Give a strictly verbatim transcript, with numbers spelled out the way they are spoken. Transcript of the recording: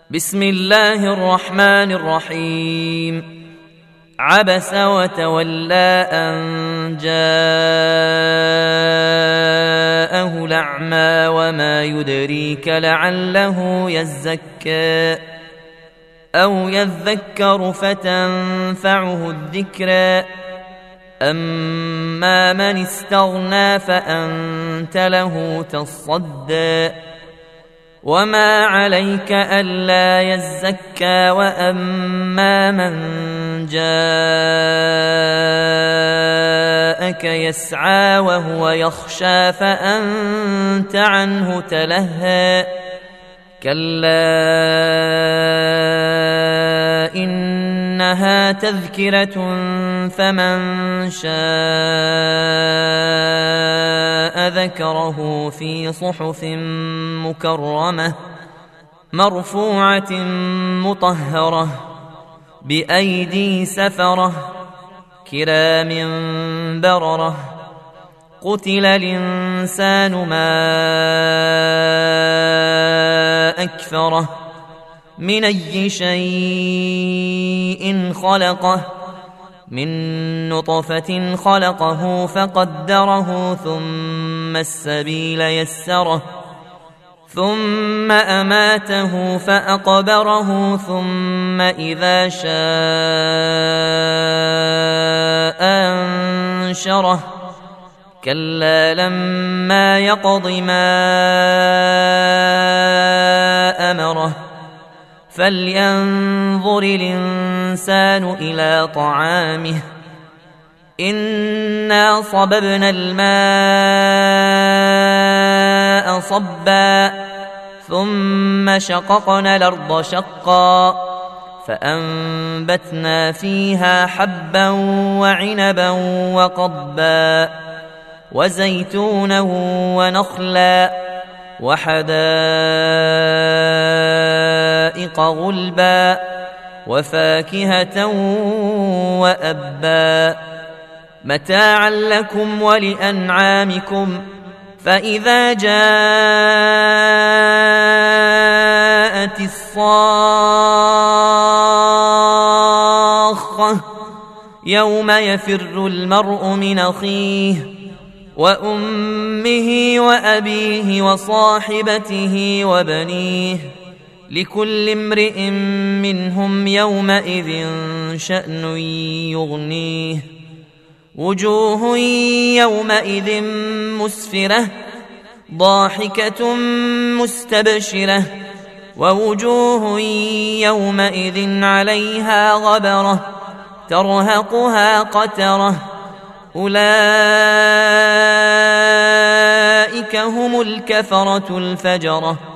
بسم الله الرحمن الرحيم. عبس وتولى أن جاءه الأعمى وما يدريك لعله يزكى أو يذكر فتنفعه الذكرى أما من استغنى فأنت له تصدى وما عليك ألا يزكى وأما من جاءك يسعى وهو يخشى فأنت عنه تلهى كلا إنها تذكرة فمن شاء ذكره في صحف مكرمة مرفوعة مطهرة بأيدي سفرة كرام بررة قتل الإنسان ما أكفره من أي شيء خلقه من نطفة خلقه فقدره ثم السبيل يسره ثم أماته فأقبره ثم إذا شاء أنشره كلا لما يقض ما أمره فلينظر الإنسان إلى طعامه إنا صببنا الماء صبا ثم شققنا الأرض شقا فأنبتنا فيها حبا وعنبا وقضبا وزيتونا ونخلا وحدائق غلبا وفاكهة وأبا متاعا لكم ولأنعامكم فإذا جاءت الصاخة يوم يفر المرء من أخيه وأمه وأبيه وصاحبته وبنيه لكل امرئ منهم يومئذ شأن يغنيه وجوه يومئذ مسفرة ضاحكة مستبشرة ووجوه يومئذ عليها غبرة ترهقها قترة أولئك هم الكفرة الفجرة.